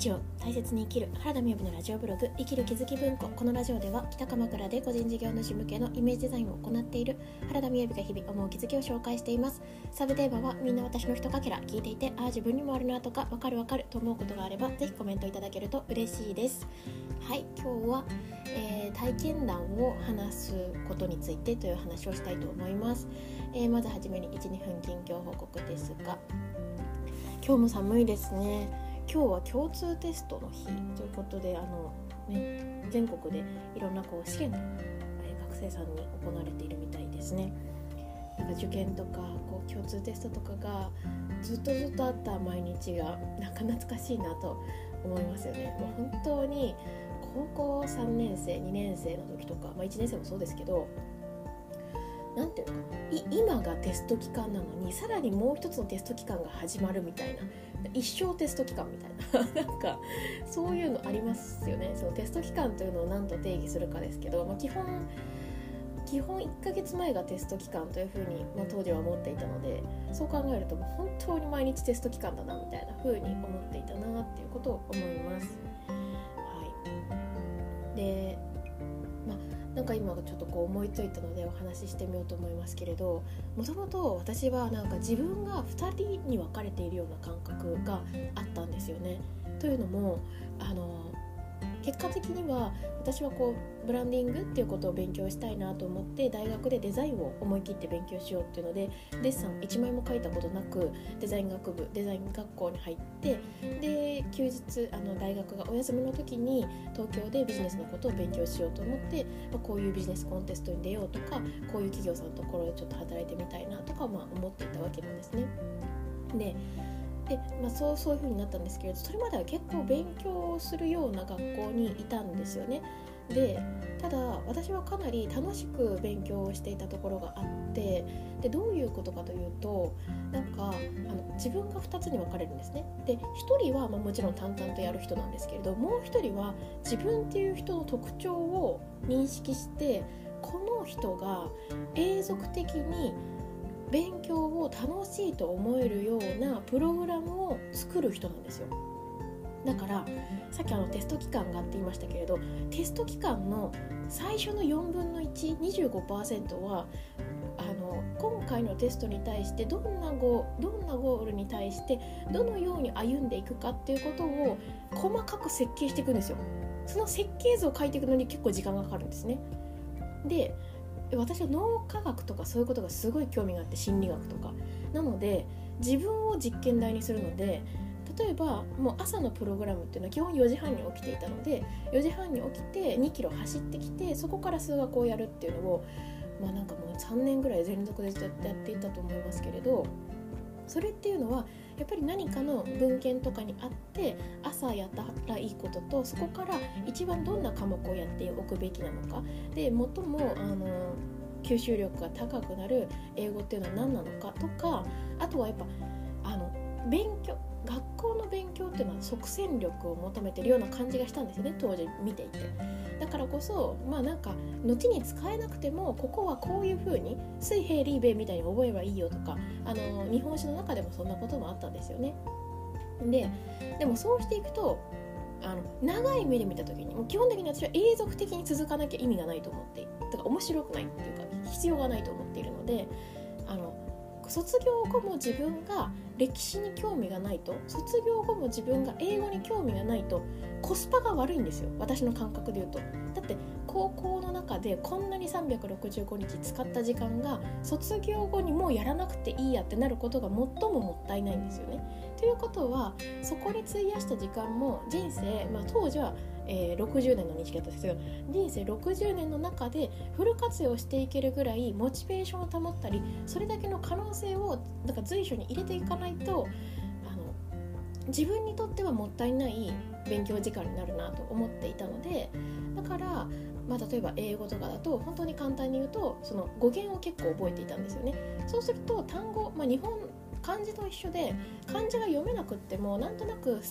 日を大切に生きる原田美由のラジオブログ生きる気づき文庫。このラジオでは北鎌倉で個人事業主向けのイメージデザインを行っている原田美由が日々思う気づきを紹介しています。サブテーマはみんな私のひとかけら。聞いていて自分にもあるなとかわかると思うことがあればぜひコメントいただけると嬉しいです。はい、今日は、体験談を話すことについてという話をしたいと思います。まずはじめに 1,2 分近況報告ですが、今日も寒いですね。今日は共通テストの日ということで全国でいろんな試験が学生さんに行われているみたいですね。なんか受験とか共通テストとかがずっとあった毎日がなんか懐かしいなと思いますよね。もう本当に高校3年生2年生の時とか、1年生もそうですけど、なんていうか今がテスト期間なのにさらにもう一つのテスト期間が始まるみたいな、一生テスト期間みたいななんかそういうのありますよね。そのテスト期間というのを何と定義するかですけど、基本1ヶ月前がテスト期間というふうに、当時は思っていたので、そう考えると本当に毎日テスト期間だなみたいなふうに思っていたなっていうことを思います。はい。でなんか今ちょっと思いついたのでお話ししてみようと思いますけれど、もともと私はなんか自分が2人に分かれているような感覚があったんですよね。というのも結果的には私はブランディングっていうことを勉強したいなと思って大学でデザインを思い切って勉強しようっていうのでデッサン1枚も描いたことなくデザイン学校に入って、で休日大学がお休みの時に東京でビジネスのことを勉強しようと思って、こういうビジネスコンテストに出ようとか、こういう企業さんのところでちょっと働いてみたいなとか思っていたわけなんですね。でそういう風になったんですけれど、それまでは結構勉強するような学校にいたんですよね。でただ私はかなり楽しく勉強をしていたところがあって、でどういうことかというと、なんか自分が2つに分かれるんですね。で1人はもちろん淡々とやる人なんですけれど、もう1人は自分っていう人の特徴を認識して、この人が永続的に勉強を楽しいと思えるようなプログラムを作る人なんですよ。だからさっきテスト期間があって言いましたけれど、テスト期間の最初の4分の 1、25% は今回のテストに対してどんなゴールに対してどのように歩んでいくかっていうことを細かく設計していくんですよ。その設計図を書いていくのに結構時間がかかるんですね。で私は脳科学とかそういうことがすごい興味があって、心理学とかなので自分を実験台にするので、例えばもう朝のプログラムっていうのは基本4時半に起きていたので、4時半に起きて2キロ走ってきて、そこから数学をやるっていうのをなんかもう3年ぐらい連続でやっていたと思いますけれど、それっていうのはやっぱり何かの文献とかにあって朝やったらいいことと、そこから一番どんな科目をやっておくべきなのかで、最も吸収力が高くなる英語っていうのは何なのかとか、あとはやっぱ学校の勉強っていうのは即戦力を求めてるような感じがしたんですよね、当時見ていて。だからこそなんか後に使えなくても、ここはこういう風に水平リーベみたいに覚えればいいよとか、日本史の中でもそんなこともあったんですよね。でもそうしていくと長い目で見た時にもう基本的に私は永続的に続かなきゃ意味がないと思って、だから面白くないっていうか必要がないと思っているので、卒業後も自分が歴史に興味がないと、卒業後も自分が英語に興味がないとコスパが悪いんですよ、私の感覚で言うと。だって高校の中でこんなに365日使った時間が卒業後にもうやらなくていいやってなることが最ももったいないんですよね。ということはそこに費やした時間も人生、当時は60年の認識だったんですけど、人生60年の中でフル活用していけるぐらいモチベーションを保ったり、それだけの可能性を随所に入れていかないと自分にとってはもったいない勉強時間になるなと思っていたので、だから例えば英語とかだと本当に簡単に言うとその語源を結構覚えていたんですよね。そうすると単語、日本漢字と一緒で漢字が読めなくってもなんとなく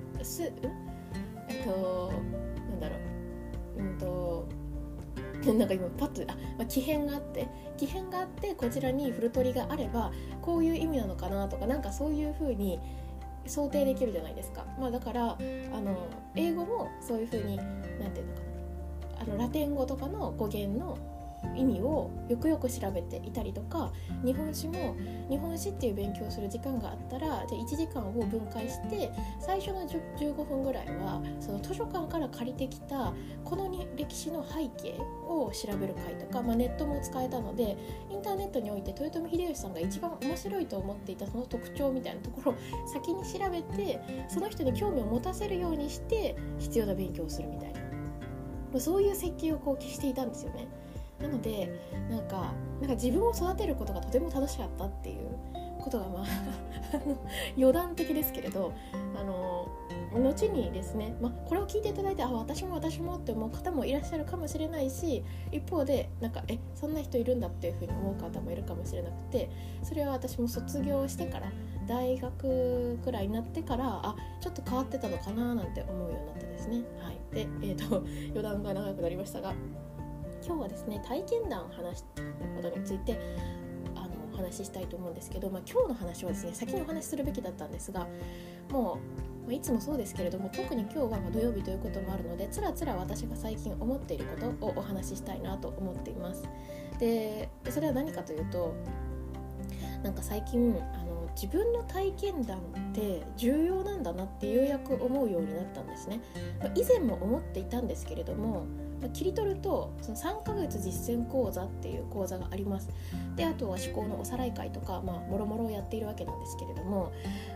なんか今パッと奇変があってこちらにフルトリがあればこういう意味なのかなとか、なんかそういう風に想定できるじゃないですか。だから英語もそういう風になんていうのかな、ラテン語とかの語源の意味をよくよく調べていたりとか、日本史っていう勉強をする時間があったら、じゃあ1時間を分解して最初の15分ぐらいはその図書館から借りてきたこの歴史の背景を調べる回とか、ネットも使えたので、インターネットにおいて豊臣秀吉さんが一番面白いと思っていたその特徴みたいなところを先に調べて、その人に興味を持たせるようにして必要な勉強をするみたいな、そういう設計をしていたんですよね。なのでなんか自分を育てることがとても楽しかったっていうことが余談的ですけれど、後にですね、これを聞いていただいて私もって思う方もいらっしゃるかもしれないし、一方でそんな人いるんだっていうふうに思う方もいるかもしれなくて、それは私も卒業してから大学くらいになってからちょっと変わってたのかななんて思うようになってですね。はい。で、余談が長くなりましたが、今日はですね、体験談を話したことについてお話ししたいと思うんですけど、今日の話はですね、先にお話しするべきだったんですが、もういつもそうですけれども、特に今日は土曜日ということもあるので、つらつら私が最近思っていることをお話ししたいなと思っています。で、それは何かというと、最近自分の体験談って重要なんだなってようやく思うようになったんですね。以前も思っていたんですけれども、切り取るとその3ヶ月実践講座っていう講座があります。で、あとは思考のおさらい会とかもろもろやっているわけなんですけれども、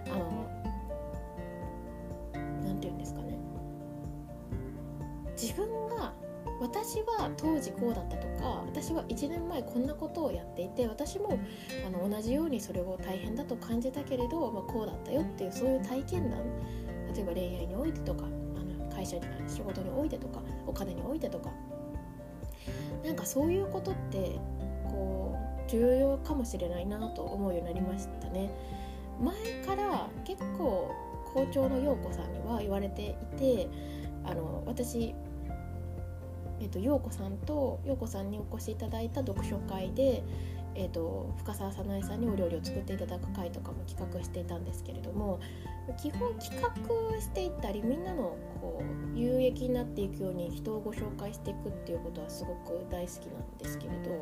なんていうんですかね、自分が私は当時こうだったとか、私は1年前こんなことをやっていて、私も同じようにそれを大変だと感じたけれど、こうだったよっていう、そういう体験談、例えば恋愛においてとか会社に仕事においてとかお金においてとか、そういうことって重要かもしれないなと思うようになりましたね。前から結構校長の陽子さんには言われていて、私陽子さんにお越しいただいた読書会で、深澤早苗さんにお料理を作っていただく会とかも企画していたんですけれども、基本企画していったり、みんなの有益になっていくように人をご紹介していくっていうことはすごく大好きなんですけれど、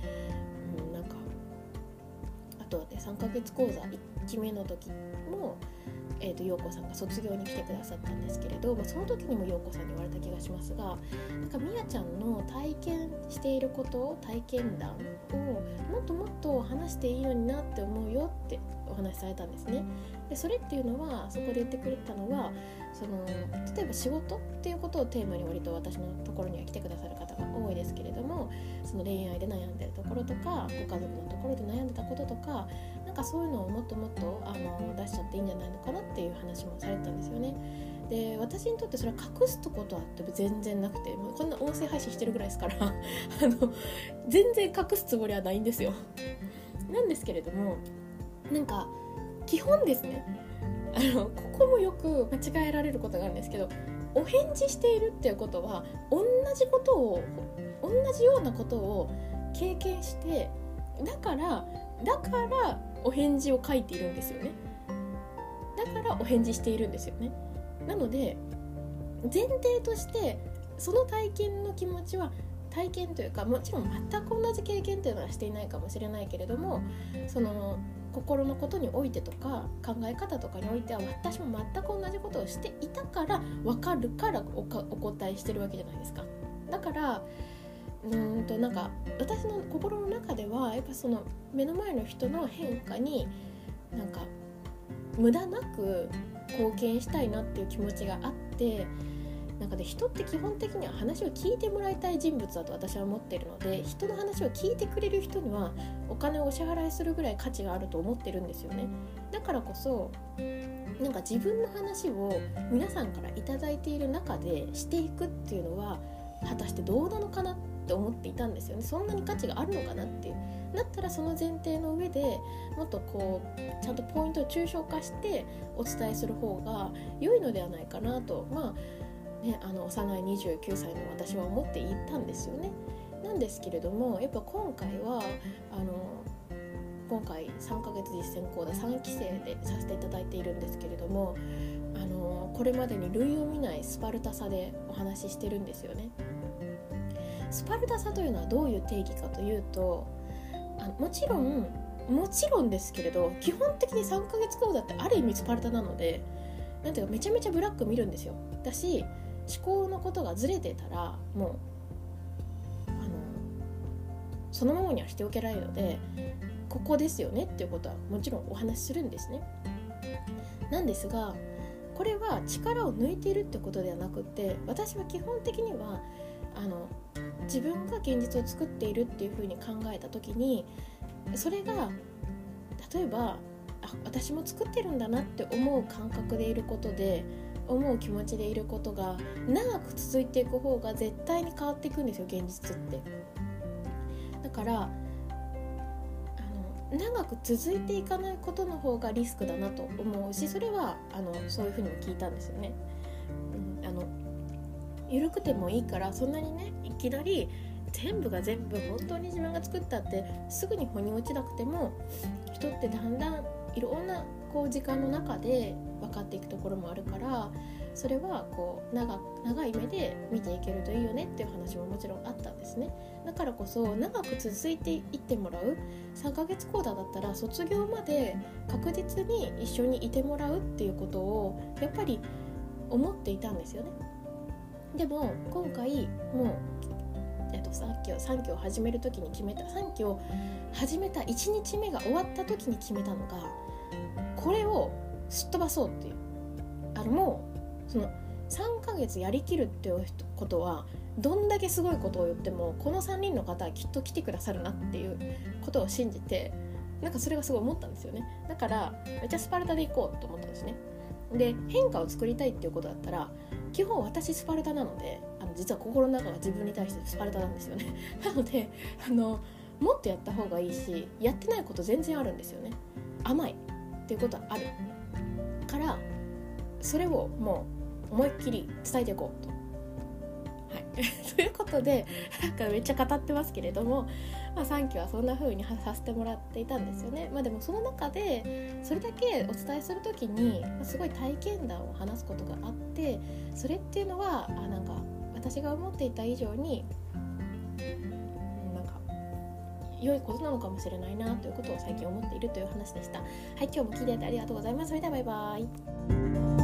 あとはね、3ヶ月講座1期目の時も陽子さんが卒業に来てくださったんですけれど、その時にも陽子さんに言われた気がしますが、みやちゃんの体験していること、体験談をもっともっと話していいのになって思うよってお話しされたんですね。で、それっていうのは、そこで言ってくれたのは、例えば仕事っていうことをテーマに割と私のところには来てくださる方が多いですけれども、その恋愛で悩んでるところとか、ご家族のところで悩んでたこととか、そういうのをもっともっと出しちゃっていいんじゃないのかなっていう話もされたんですよね。で、私にとってそれは隠すことは全然なくて、もうこんな音声配信してるぐらいですから全然隠すつもりはないんですよ。なんですけれども、基本ですね、ここもよく間違えられることがあるんですけど、お返事しているっていうことは同じようなことを経験して、だからお返事を書いているんですよね。だからお返事しているんですよね。なので前提としてその体験の気持ちは、体験というか、もちろん全く同じ経験というのはしていないかもしれないけれども、その心のことにおいてとか考え方とかにおいては、私も全く同じことをしていたから分かるからお答えしてるわけじゃないですか。だから私の心の中では、やっぱその目の前の人の変化に無駄なく貢献したいなっていう気持ちがあって、人って基本的には話を聞いてもらいたい人物だと私は思っているので、人の話を聞いてくれる人にはお金をお支払いするぐらい価値があると思ってるんですよね。だからこそ自分の話を皆さんからいただいている中でしていくっていうのは果たしてどうなのかなって思っていたんですよね。そんなに価値があるのかなっていう。だったらその前提の上でもっとちゃんとポイントを抽象化してお伝えする方が良いのではないかなと、幼い29歳の私は思っていたんですよね。なんですけれども、やっぱ今回は今回3ヶ月実践講座3期生でさせていただいているんですけれども、これまでに類を見ないスパルタさでお話ししてるんですよね。スパルタさというのはどういう定義かというと、もちろんですけれど、基本的に3ヶ月講座ってある意味スパルタなので、なんていうかめちゃめちゃブラック見るんですよ。だし思考のことがずれてたらもうそのままにはしておけないので、ここですよねっていうことはもちろんお話しするんですね。なんですが、これは力を抜いているってことではなくて、私は基本的には自分が現実を作っているっていうふうに考えた時に、それが例えば私も作ってるんだなって思う感覚でいることで、思う気持ちでいることが長く続いていく方が絶対に変わっていくんですよ、現実って。だから長く続いていかないことの方がリスクだなと思うし、それはそういうふうにも聞いたんですよね。緩くてもいいから、そんなにねいきなり全部が全部本当に自分が作ったってすぐに腑に落ちなくても、人ってだんだんいろんな時間の中で分かっていくところもあるから、それは長い目で見ていけるといいよねっていう話ももちろんあったんですね。だからこそ長く続いていってもらう、3ヶ月講座だったら卒業まで確実に一緒にいてもらうっていうことをやっぱり思っていたんですよね。でも今回もう3期を始める時に決めた、3期を始めた1日目が終わった時に決めたのが、これをすっ飛ばそうっていう、もうその3ヶ月やりきるっていうことはどんだけすごいことを言ってもこの3人の方はきっと来てくださるなっていうことを信じて、なんかそれがすごい思ったんですよね。だからめっちゃスパルタで行こうと思ったんですね。で変化を作りたいっていうことだったら、基本私スパルタなので、実は心の中が自分に対してスパルタなんですよね。なのでもっとやった方がいいし、やってないこと全然あるんですよね。甘いっていうことはあるから、それをもう思いっきり伝えていこうと、ということでなんかめっちゃ語ってますけれども、3期はそんな風にさせてもらっていたんですよね。でもその中でそれだけお伝えするときにすごい体験談を話すことがあって、それっていうのはなんか私が思っていた以上になんか良いことなのかもしれないなということを最近思っているという話でした。はい、今日も聞いていただいてありがとうございます。それではバイバイ。